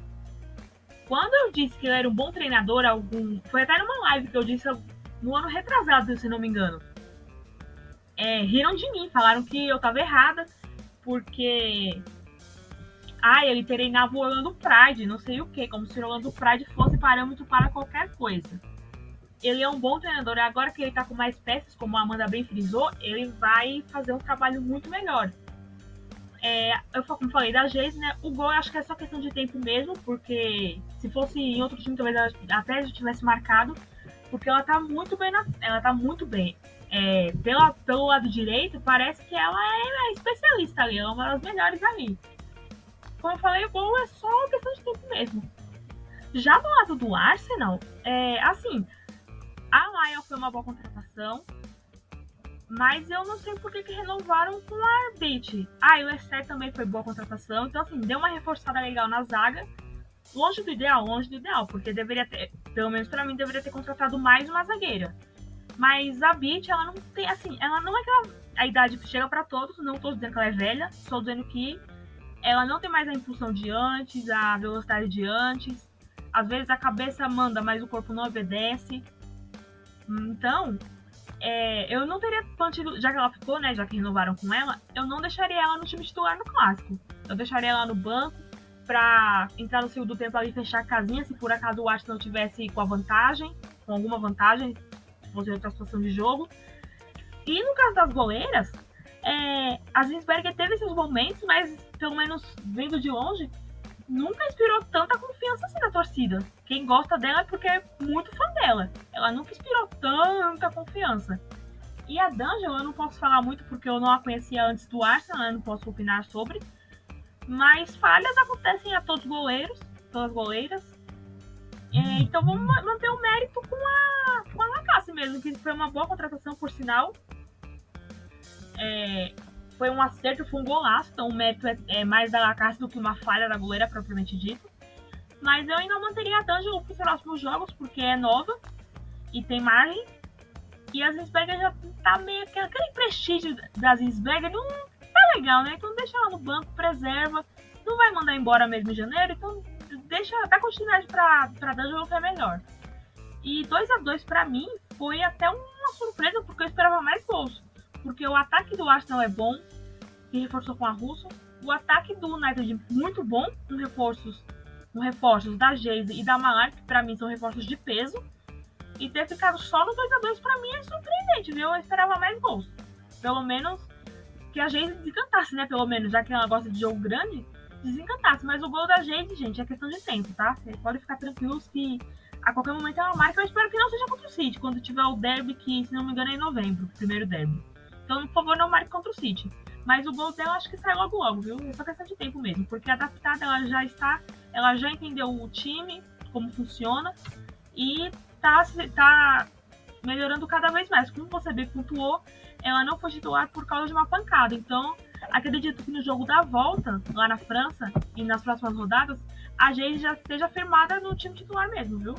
Quando eu disse que ele era um bom treinador, algum, foi até numa live que eu disse no ano retrasado, se não me engano. É, riram de mim, falaram que eu tava errada, porque... Ah, ele treinava o Orlando Pride, não sei o que, como se o Orlando Pride fosse parâmetro para qualquer coisa. Ele é um bom treinador, e agora que ele tá com mais peças, como a Amanda bem frisou, ele vai fazer um trabalho muito melhor. É, eu, como falei da Geise, né, o gol eu acho que é só questão de tempo mesmo, porque se fosse em outro time talvez ela até já tivesse marcado, porque ela tá muito bem, na, ela tá muito bem. É, pela, pelo lado direito, parece que ela é especialista ali, ela é uma das melhores ali. Como eu falei, o gol é só questão de tempo mesmo. Já do lado do Arsenal, é, assim, a Lyon foi uma boa contratação, mas eu não sei por que, que renovaram com a Arbit. Ah, e o Esther também foi boa contratação, então assim, deu uma reforçada legal na zaga. Longe do ideal, longe do ideal, porque deveria ter, pelo menos pra mim, deveria ter contratado mais uma zagueira. Mas a Arbit, ela não tem, assim, ela não é que ela, a idade chega pra todos, não tô dizendo que ela é velha, estou dizendo que ela não tem mais a impulsão de antes, a velocidade de antes. Às vezes a cabeça manda, mas o corpo não obedece. Então, é, eu não teria mantido, já que ela ficou, né, já que renovaram com ela, eu não deixaria ela no time titular no Clássico. Eu deixaria ela no banco pra entrar no segundo tempo ali e fechar a casinha, se por acaso o Arsenal tivesse com a vantagem, com alguma vantagem, se fosse outra situação de jogo. E no caso das goleiras, é, a Zinsberger teve esses momentos, mas pelo menos vendo de longe, nunca inspirou tanta confiança assim na torcida. Quem gosta dela é porque é muito fã dela. Ela nunca inspirou tanta confiança. E a D'Angelo, eu não posso falar muito porque eu não a conhecia antes do Arsenal, né? Não posso opinar sobre. Mas falhas acontecem a todos os goleiros, todas as goleiras. É, então vamos manter o mérito com a, com a Lacasse mesmo, que foi uma boa contratação, por sinal. É, foi um acerto, foi um golaço, então o mérito é, é mais da Lacasse do que uma falha da goleira propriamente dito. Mas eu ainda manteria a D'Angelo para os próximos jogos, porque é nova e tem margem. E a Zinsberger já tá meio... Aquele prestígio da Zinsberger não tá legal, né? Então deixa ela no banco, preserva. Não vai mandar embora mesmo em janeiro, então deixa até continuidade pra, pra D'Angelo, que é melhor. E dois a dois pra mim foi até uma surpresa, porque eu esperava mais gols. Porque o ataque do Arsenal é bom, que reforçou com a Russo. O ataque do United muito bom, com reforços, com reforços da Geise e da Malar, que pra mim são reforços de peso. E ter ficado só no dois a dois pra mim é surpreendente, viu? Eu esperava mais gols. Pelo menos que a Geise desencantasse, né? Pelo menos, já que ela gosta de jogo grande, desencantasse. Mas o gol da Geise, gente, é questão de tempo, tá? Vocês podem ficar tranquilos que a qualquer momento ela marca. Eu espero que não seja contra o City, quando tiver o derby, que se não me engano é em novembro, o primeiro derby. Então, por favor, não marque contra o City. Mas o gol dela acho que sai logo logo, viu? É só questão de tempo mesmo. Porque adaptada ela já está, ela já entendeu o time, como funciona. E tá, tá melhorando cada vez mais. Como você bem pontuou, ela não foi titular por causa de uma pancada. Então, acredito que no jogo da volta, lá na França, e nas próximas rodadas, a Geise já esteja firmada no time titular mesmo, viu?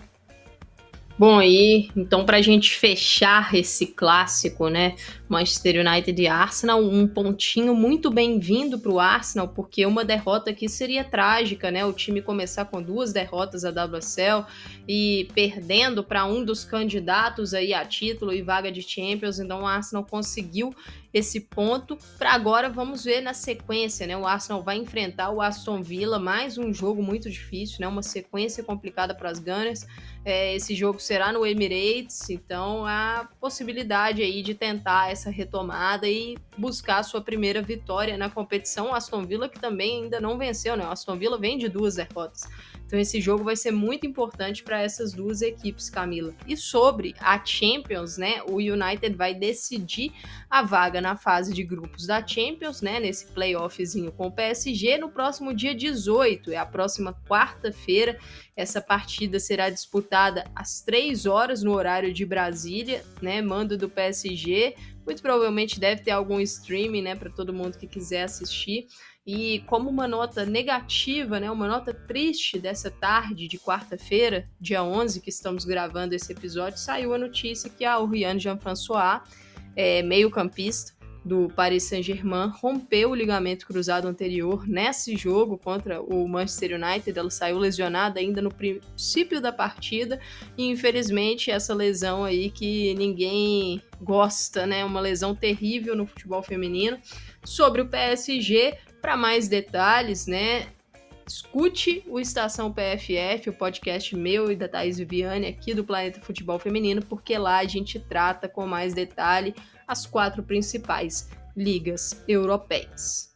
Bom, e então pra gente fechar esse clássico, né, Manchester United e Arsenal, um pontinho muito bem-vindo pro Arsenal, porque uma derrota aqui seria trágica, né, o time começar com duas derrotas a W S L e perdendo para um dos candidatos aí a título e vaga de Champions. Então o Arsenal conseguiu esse ponto. Para agora vamos ver na sequência, né, o Arsenal vai enfrentar o Aston Villa, mais um jogo muito difícil, né, uma sequência complicada para as Gunners. É, esse jogo será no Emirates, então há possibilidade aí de tentar essa retomada e buscar a sua primeira vitória na competição. O Aston Villa que também ainda não venceu, né? O Aston Villa vem de duas derrotas. Então esse jogo vai ser muito importante para essas duas equipes, Camila. E sobre a Champions, né? O United vai decidir a vaga na fase de grupos da Champions, né? Nesse playoffzinho com o P S G no próximo dia dezoito, é a próxima quarta-feira. Essa partida será disputada às três horas no horário de Brasília, né? Mando do P S G. Muito provavelmente deve ter algum streaming, né? Para todo mundo que quiser assistir. E como uma nota negativa, né, uma nota triste dessa tarde de quarta-feira, dia onze, que estamos gravando esse episódio, saiu a notícia que a Auriane Jean-François, é, meio-campista do Paris Saint-Germain, rompeu o ligamento cruzado anterior nesse jogo contra o Manchester United. Ela saiu lesionada ainda no princípio da partida e infelizmente essa lesão aí que ninguém gosta, né, uma lesão terrível no futebol feminino. Sobre o P S G, para mais detalhes, né, escute o Estação P F F, o podcast meu e da Thaís Viviane aqui do Planeta Futebol Feminino, porque lá a gente trata com mais detalhe as quatro principais ligas europeias.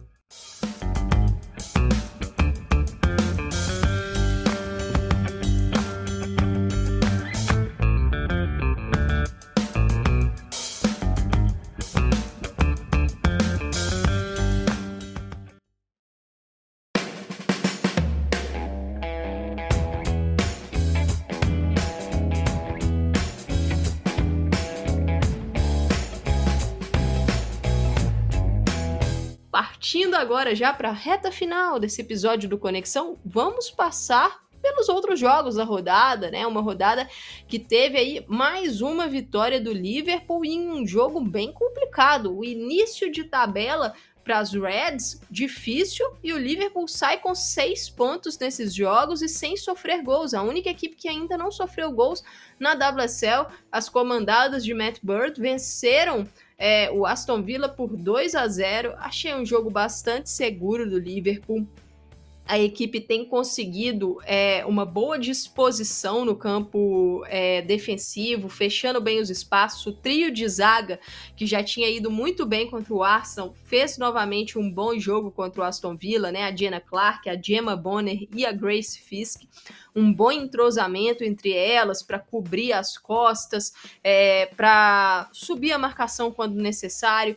Partindo agora já para a reta final desse episódio do Conexão, vamos passar pelos outros jogos da rodada, né? Uma rodada que teve aí mais uma vitória do Liverpool em um jogo bem complicado. O início de tabela para as Reds, difícil, e o Liverpool sai com seis pontos nesses jogos e sem sofrer gols. A única equipe que ainda não sofreu gols na W S L, as comandadas de Matt Bird, venceram É, o Aston Villa por dois a zero. Achei um jogo bastante seguro do Liverpool. A equipe tem conseguido é, uma boa disposição no campo é, defensivo, fechando bem os espaços. O trio de zaga, que já tinha ido muito bem contra o Arsenal, fez novamente um bom jogo contra o Aston Villa, né? A Jenna Clark, a Gemma Bonner e a Grace Fisk. Um bom entrosamento entre elas para cobrir as costas, é, para subir a marcação quando necessário.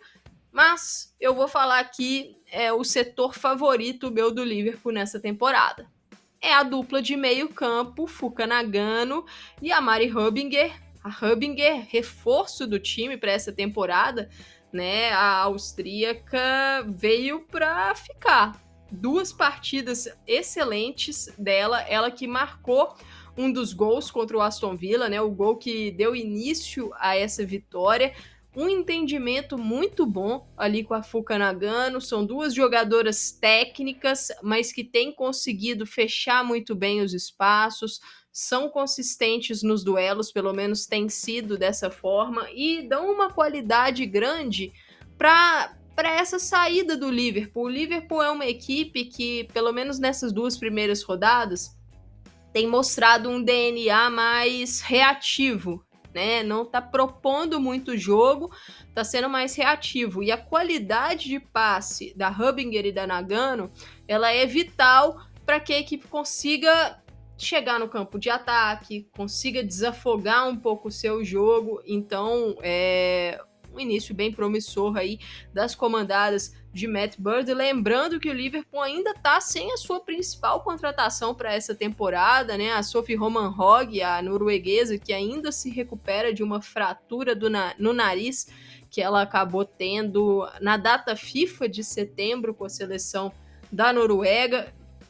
Mas eu vou falar aqui é o setor favorito meu do Liverpool nessa temporada. É a dupla de meio campo, Fuka Nagano e a Mari Hübinger. A Hübinger, reforço do time para essa temporada, né? A austríaca veio para ficar. Duas partidas excelentes dela, ela que marcou um dos gols contra o Aston Villa, né? O gol que deu início a essa vitória. Um entendimento muito bom ali com a Fuka Nagano. São duas jogadoras técnicas, mas que têm conseguido fechar muito bem os espaços, são consistentes nos duelos, pelo menos tem sido dessa forma, e dão uma qualidade grande para para essa saída do Liverpool. O Liverpool é uma equipe que, pelo menos nessas duas primeiras rodadas, tem mostrado um D N A mais reativo, né? Não está propondo muito jogo, está sendo mais reativo. E a qualidade de passe da Hübinger e da Nagano, ela é vital para que a equipe consiga chegar no campo de ataque, consiga desafogar um pouco o seu jogo. Então, é um início bem promissor aí das comandadas de Matt Bird. Lembrando que o Liverpool ainda está sem a sua principal contratação para essa temporada, né? A Sophie Roman Hogg, a norueguesa, que ainda se recupera de uma fratura do na- no nariz que ela acabou tendo na data FIFA de setembro com a seleção da Noruega.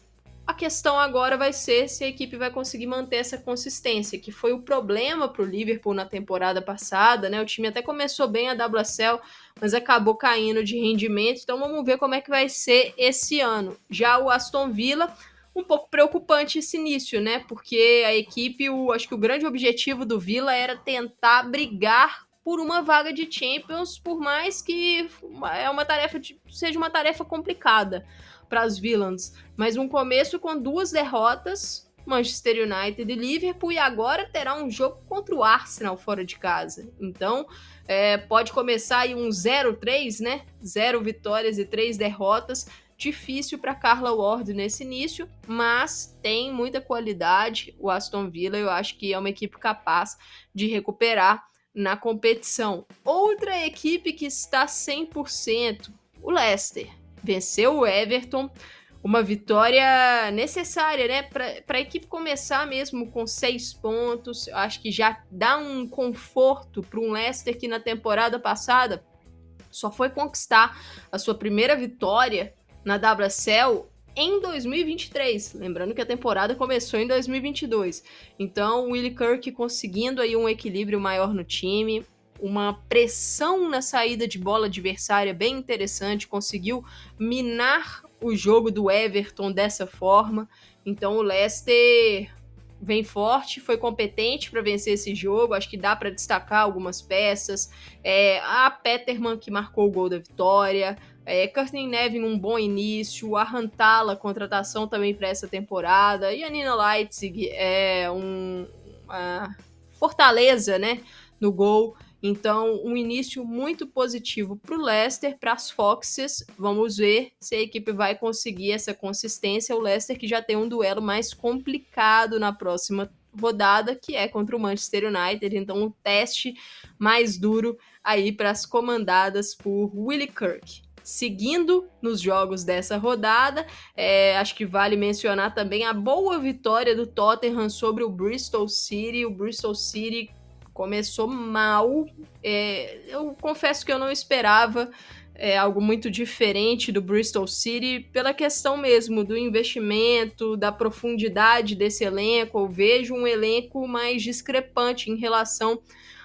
A questão agora vai ser se a equipe vai conseguir manter essa consistência, que foi o problema para o Liverpool na temporada passada, né? O time até começou bem a W S L, mas acabou caindo de rendimento. Então vamos ver como é que vai ser esse ano. Já o Aston Villa, um pouco preocupante esse início, né? Porque a equipe, o, acho que o grande objetivo do Villa era tentar brigar por uma vaga de Champions, por mais que é uma tarefa de, seja uma tarefa complicada para as Villains, mas um começo com duas derrotas, Manchester United e Liverpool, e agora terá um jogo contra o Arsenal fora de casa. Então, é, pode começar aí um zero três, né? Zero vitórias e três derrotas. Difícil para Carla Ward nesse início, mas tem muita qualidade. O Aston Villa, eu acho que é uma equipe capaz de recuperar na competição. Outra equipe que está cem por cento, o Leicester. Venceu o Everton, uma vitória necessária, né, para a equipe começar mesmo com seis pontos. Eu acho que já dá um conforto para um Leicester que na temporada passada só foi conquistar a sua primeira vitória na W S L em dois mil e vinte e três, lembrando que a temporada começou em dois mil e vinte e dois. Então, o Willie Kirk conseguindo aí um equilíbrio maior no time, uma pressão na saída de bola adversária bem interessante, conseguiu minar o jogo do Everton dessa forma. Então o Leicester vem forte, foi competente para vencer esse jogo, acho que dá para destacar algumas peças, é, a Peterman que marcou o gol da vitória, é, Courtney Nevin um bom início, a Hantala, contratação também para essa temporada, e a Nina Leitzig é um, uma fortaleza, né, no gol. Então, um início muito positivo para o Leicester, para as Foxes. Vamos ver se a equipe vai conseguir essa consistência. O Leicester que já tem um duelo mais complicado na próxima rodada, que é contra o Manchester United. Então, um teste mais duro aí para as comandadas por Willie Kirk. Seguindo nos jogos dessa rodada, é, acho que vale mencionar também a boa vitória do Tottenham sobre o Bristol City. O Bristol City começou mal, é, eu confesso que eu não esperava é, algo muito diferente do Bristol City, pela questão mesmo do investimento, da profundidade desse elenco. Eu vejo um elenco mais discrepante em relação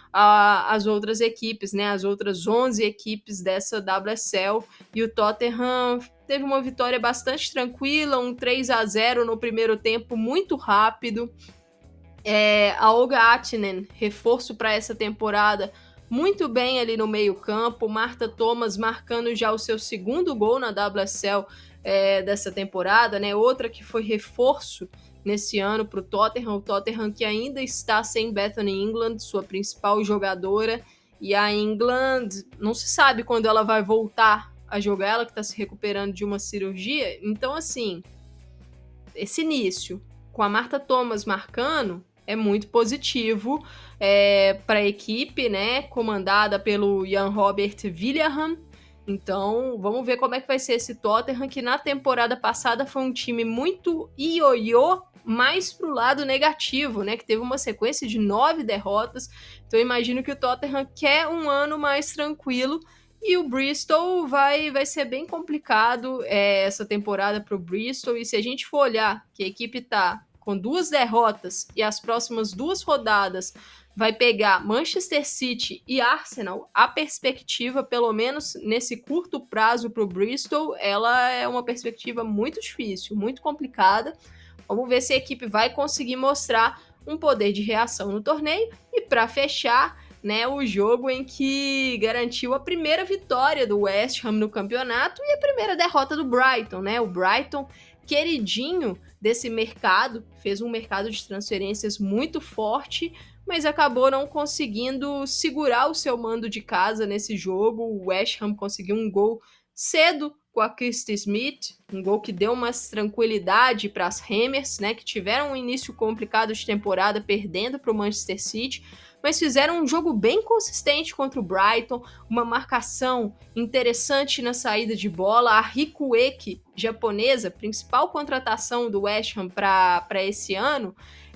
às outras equipes, né, as outras onze equipes dessa W S L, e o Tottenham teve uma vitória bastante tranquila, um três a zero no primeiro tempo, muito rápido. É, a Olga Ahtinen, reforço para essa temporada, muito bem ali no meio campo. Martha Thomas marcando já o seu segundo gol na W S L é, dessa temporada, né? Outra que foi reforço nesse ano para o Tottenham, o Tottenham que ainda está sem Bethany England, sua principal jogadora, e a England não se sabe quando ela vai voltar a jogar, ela que está se recuperando de uma cirurgia. Então, assim, esse início com a Martha Thomas marcando é muito positivo é, para a equipe, né, comandada pelo Jan Robert William. Então, vamos ver como é que vai ser esse Tottenham, que na temporada passada foi um time muito ioiô, mais pro lado negativo, né, que teve uma sequência de nove derrotas. Então, eu imagino que o Tottenham quer um ano mais tranquilo, e o Bristol vai, vai ser bem complicado é, essa temporada para o Bristol. E se a gente for olhar que a equipe tá com duas derrotas e as próximas duas rodadas vai pegar Manchester City e Arsenal, a perspectiva, pelo menos nesse curto prazo para o Bristol, ela é uma perspectiva muito difícil, muito complicada. Vamos ver se a equipe vai conseguir mostrar um poder de reação no torneio. E para fechar, né, o jogo em que garantiu a primeira vitória do West Ham no campeonato e a primeira derrota do Brighton, né? O Brighton, queridinho desse mercado, fez um mercado de transferências muito forte, mas acabou não conseguindo segurar o seu mando de casa nesse jogo. O West Ham conseguiu um gol cedo com a Kirsty Smith, um gol que deu uma tranquilidade para as Hammers, né, que tiveram um início complicado de temporada, perdendo para o Manchester City, mas fizeram um jogo bem consistente contra o Brighton, uma marcação interessante na saída de bola. A Riku Eki, japonesa, principal contratação do West Ham para esse ano,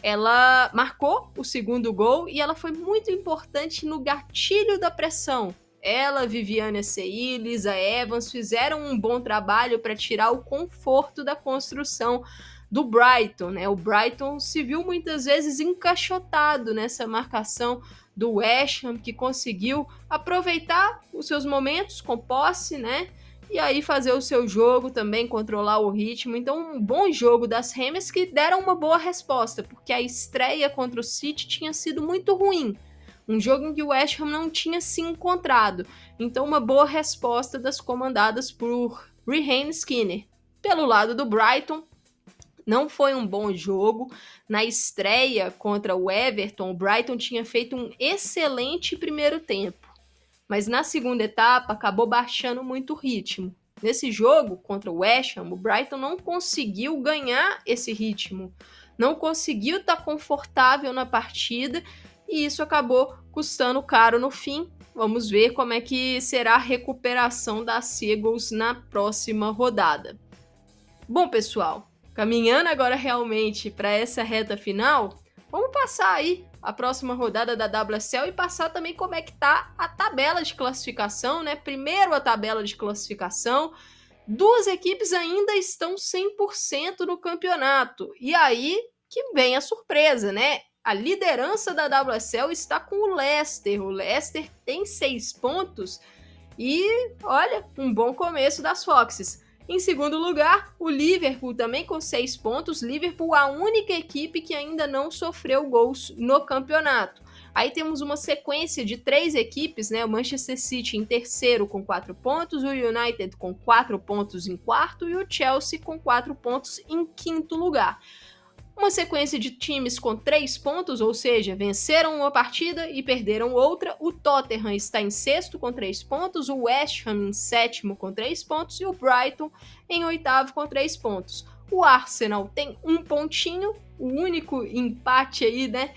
ela marcou o segundo gol e ela foi muito importante no gatilho da pressão. Ela, Viviane Sei, Lisa Evans fizeram um bom trabalho para tirar o conforto da construção do Brighton, né? O Brighton se viu muitas vezes encaixotado nessa marcação do West Ham, que conseguiu aproveitar os seus momentos com posse, né? E aí fazer o seu jogo também, controlar o ritmo. Então, um bom jogo das Hammers que deram uma boa resposta, porque a estreia contra o City tinha sido muito ruim. Um jogo em que o West Ham não tinha se encontrado. Então, uma boa resposta das comandadas por Raheem Skinner. Pelo lado do Brighton, não foi um bom jogo. Na estreia contra o Everton, o Brighton tinha feito um excelente primeiro tempo, mas na segunda etapa acabou baixando muito o ritmo. Nesse jogo contra o West Ham, o Brighton não conseguiu ganhar esse ritmo, não conseguiu estar confortável na partida, e isso acabou custando caro no fim. Vamos ver como é que será a recuperação das Seagulls na próxima rodada. Bom, pessoal, caminhando agora realmente para essa reta final, vamos passar aí a próxima rodada da W S L e passar também como é que tá a tabela de classificação, né? Primeiro a tabela de classificação, duas equipes ainda estão cem por cento no campeonato, e aí que vem a surpresa, né? A liderança da W S L está com o Leicester, o Leicester tem seis pontos e, olha, um bom começo das Foxes. Em segundo lugar, o Liverpool também com seis pontos. Liverpool, a única equipe que ainda não sofreu gols no campeonato. Aí temos uma sequência de três equipes, né? O Manchester City em terceiro com quatro pontos, o United com quatro pontos em quarto e o Chelsea com quatro pontos em quinto lugar. Uma sequência de times com três pontos, ou seja, venceram uma partida e perderam outra. O Tottenham está em sexto com três pontos, o West Ham em sétimo com três pontos e o Brighton em oitavo com três pontos. O Arsenal tem um pontinho, o único empate aí, né?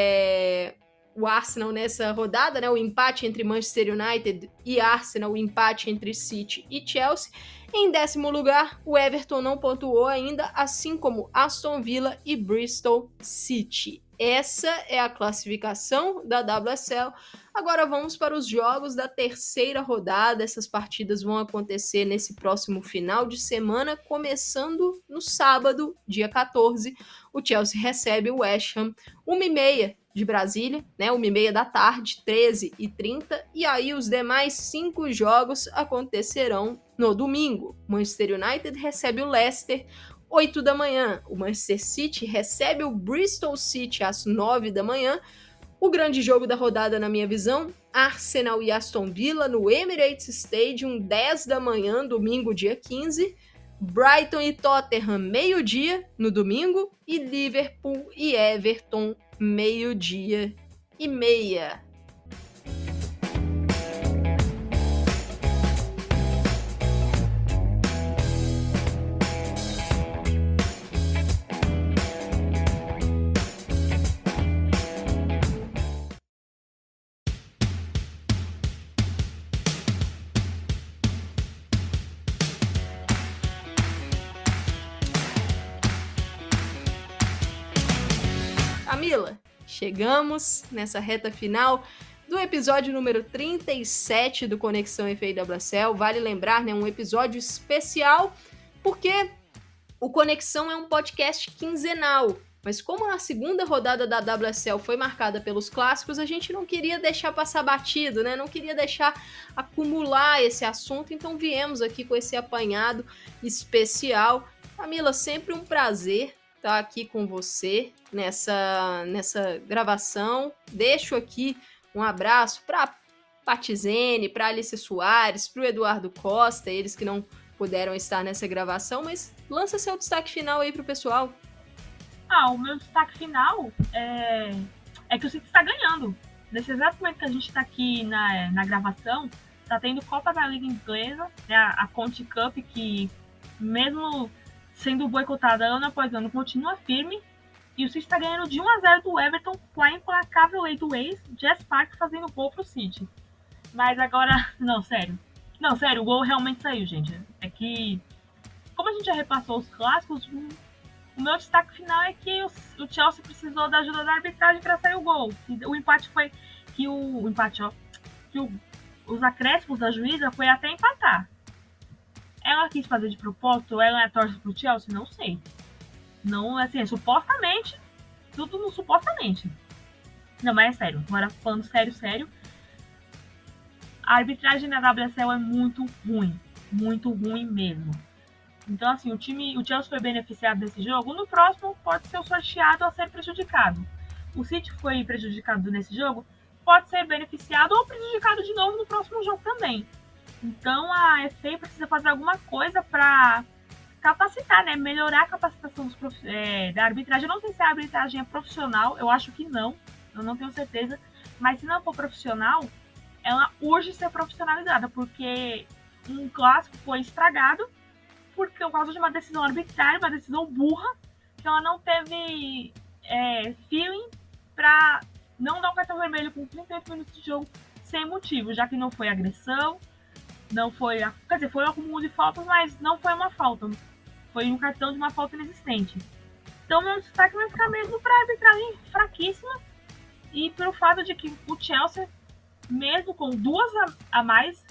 É... O Arsenal nessa rodada, né? O empate entre Manchester United e Arsenal, o empate entre City e Chelsea. Em décimo lugar, o Everton não pontuou ainda, assim como Aston Villa e Bristol City. Essa é a classificação da W S L. Agora vamos para os jogos da terceira rodada. Essas partidas vão acontecer nesse próximo final de semana, começando no sábado, dia quatorze. O Chelsea recebe o West Ham, uma e meia de Brasília, né? uma e meia da tarde, treze e trinta. E aí os demais cinco jogos acontecerão no domingo. Manchester United recebe o Leicester, oito da manhã. O Manchester City recebe o Bristol City às nove da manhã. O grande jogo da rodada, na minha visão, Arsenal e Aston Villa no Emirates Stadium, dez da manhã, domingo, dia quinze. Brighton e Tottenham, meio-dia no domingo, e Liverpool e Everton, meio-dia e meia. Camila, chegamos nessa reta final do episódio número trinta e sete do Conexão F A W S L. Vale lembrar, né, um episódio especial, porque o Conexão é um podcast quinzenal, mas como a segunda rodada da W S L foi marcada pelos clássicos, a gente não queria deixar passar batido, né? Não queria deixar acumular esse assunto, então viemos aqui com esse apanhado especial. Camila, sempre um prazer estar aqui com você nessa, nessa gravação. Deixo aqui um abraço para Patizene, para Alice Soares, para o Eduardo Costa, eles que não puderam estar nessa gravação, mas lança seu destaque final aí pro pessoal. Ah, o meu destaque final é, é que o City está ganhando. Nesse exato momento que a gente está aqui na, na gravação, está tendo Copa da Liga Inglesa, né, a, a Conti Cup, que mesmo sendo boicotada ano após ano, continua firme. E o City está ganhando de um a zero do Everton com a implacável lei do ex, Jess Park fazendo gol pro City. Mas agora, não, sério. Não, sério, o gol realmente saiu, gente. É que, como a gente já repassou os clássicos, o meu destaque final é que o, o Chelsea precisou da ajuda da arbitragem para sair o gol. O empate foi que o, o empate, ó, que o, os acréscimos da juíza foi até empatar. Ela quis fazer de propósito, ela é torce pro Chelsea? Não sei. Não, assim, supostamente, tudo no supostamente. Não, mas é sério, agora falando sério, sério, a arbitragem na W S L é muito ruim, muito ruim mesmo. Então, assim, o time, o Chelsea foi beneficiado desse jogo, no próximo pode ser o sorteado a ser prejudicado. O City foi prejudicado nesse jogo, pode ser beneficiado ou prejudicado de novo no próximo jogo também. Então, a F A precisa fazer alguma coisa para capacitar, né? Melhorar a capacitação dos prof... é, da arbitragem. Eu não sei se a arbitragem é profissional, eu acho que não, eu não tenho certeza. Mas se não for profissional, ela urge ser profissionalizada, porque um clássico foi estragado por causa de uma decisão arbitrária, uma decisão burra, que ela não teve é, feeling para não dar um cartão vermelho com trinta e oito minutos de jogo sem motivo, já que não foi agressão, não foi, quer dizer, foi um acúmulo de faltas, mas não foi uma falta, foi um cartão de uma falta inexistente. Então meu destaque vai ficar mesmo para a arbitragem fraquíssima e pelo fato de que o Chelsea, mesmo com duas a, a mais,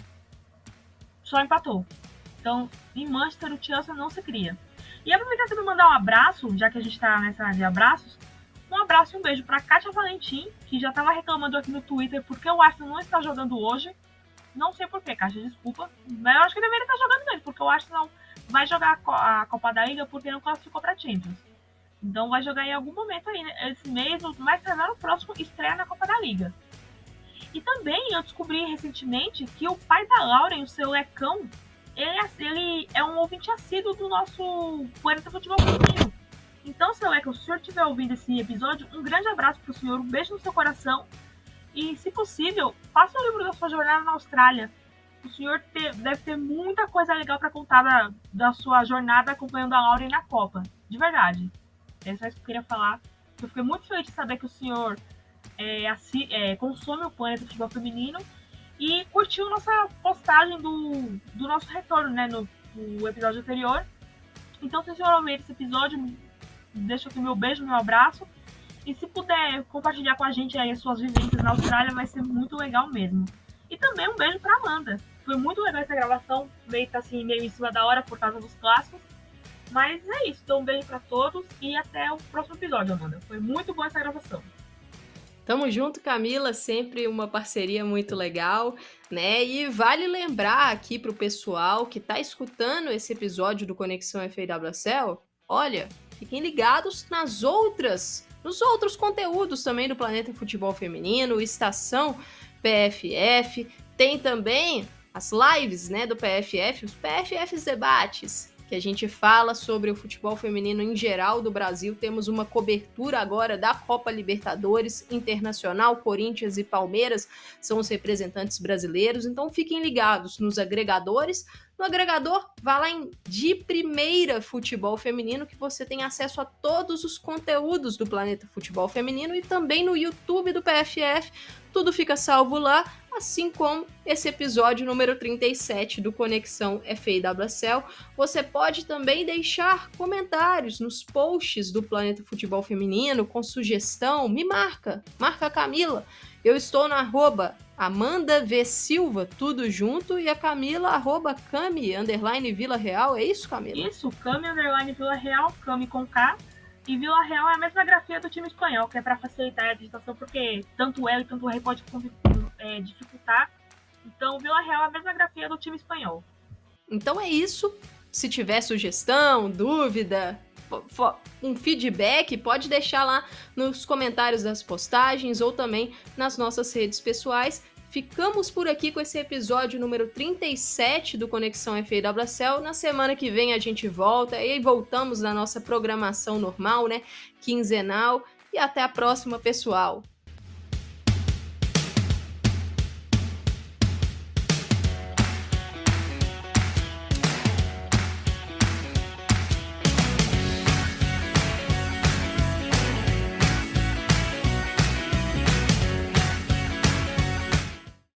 só empatou. Então, em Manchester, o Chelsea não se cria. E aproveitar para mandar um abraço, já que a gente está nessa de abraços, um abraço e um beijo para Kátia Valentim, que já estava reclamando aqui no Twitter porque o Arsenal não está jogando hoje. Não sei porquê, Kátia, desculpa. Mas eu acho que deveria estar jogando mesmo, porque o Arsenal vai jogar a Copa da Liga porque não classificou para Champions. Então vai jogar em algum momento aí, né? Esse mês, ou mais tarde no próximo, estreia na Copa da Liga. E também eu descobri recentemente que o pai da Lauren, o seu Lecão, ele é, ele é um ouvinte assíduo do nosso Planeta Futebol Feminino. Então, seu Lecão, se o senhor estiver ouvindo esse episódio, um grande abraço para o senhor, um beijo no seu coração. E, se possível, faça um livro da sua jornada na Austrália. O senhor te, deve ter muita coisa legal para contar da, da sua jornada acompanhando a Lauren na Copa. De verdade. É só isso que eu queria falar. Eu fiquei muito feliz de saber que o senhor é, assim, é, consome o Planeta Futebol Feminino e curtiu nossa postagem do, do nosso retorno, né, no, no episódio anterior. Então, se o senhor ouvir esse episódio, deixa aqui meu beijo, meu abraço. E se puder compartilhar com a gente aí as suas vivências na Austrália, vai ser muito legal mesmo. E também um beijo pra Amanda. Foi muito legal essa gravação, meio, assim, meio em cima da hora por causa dos clássicos. Mas é isso, então um beijo pra todos e até o próximo episódio, Amanda. Foi muito boa essa gravação. Tamo junto, Camila, sempre uma parceria muito legal, né? E vale lembrar aqui pro pessoal que tá escutando esse episódio do Conexão F A W S L, olha, fiquem ligados nas outras, nos outros conteúdos também do Planeta Futebol Feminino, Estação P F F, tem também as lives, né, do P F F, os P F Fs Debates, que a gente fala sobre o futebol feminino em geral do Brasil. Temos uma cobertura agora da Copa Libertadores Internacional, Corinthians e Palmeiras são os representantes brasileiros, então fiquem ligados nos agregadores. No agregador, vá lá em De Primeira Futebol Feminino, que você tem acesso a todos os conteúdos do Planeta Futebol Feminino, e também no YouTube do P F F, tudo fica salvo lá, assim como esse episódio número trinta e sete do Conexão F A e W S L. Você pode também deixar comentários nos posts do Planeta Futebol Feminino, com sugestão, me marca, marca a Camila. Eu estou na arroba Amanda V Silva, tudo junto, e a Camila, arroba Cami, underline Vila Real, é isso, Camila? Isso, Cami, underline Vila Real, Cami com K, e Vila Real é a mesma grafia do time espanhol, que é para facilitar a digitação, porque tanto L e tanto R pode é, dificultar, então Vila Real é a mesma grafia do time espanhol. Então é isso, se tiver sugestão, dúvida, um feedback, pode deixar lá nos comentários das postagens ou também nas nossas redes pessoais. Ficamos por aqui com esse episódio número trinta e sete do Conexão F A e W S L. Na semana que vem a gente volta e voltamos na nossa programação normal, né, quinzenal. E até a próxima, pessoal!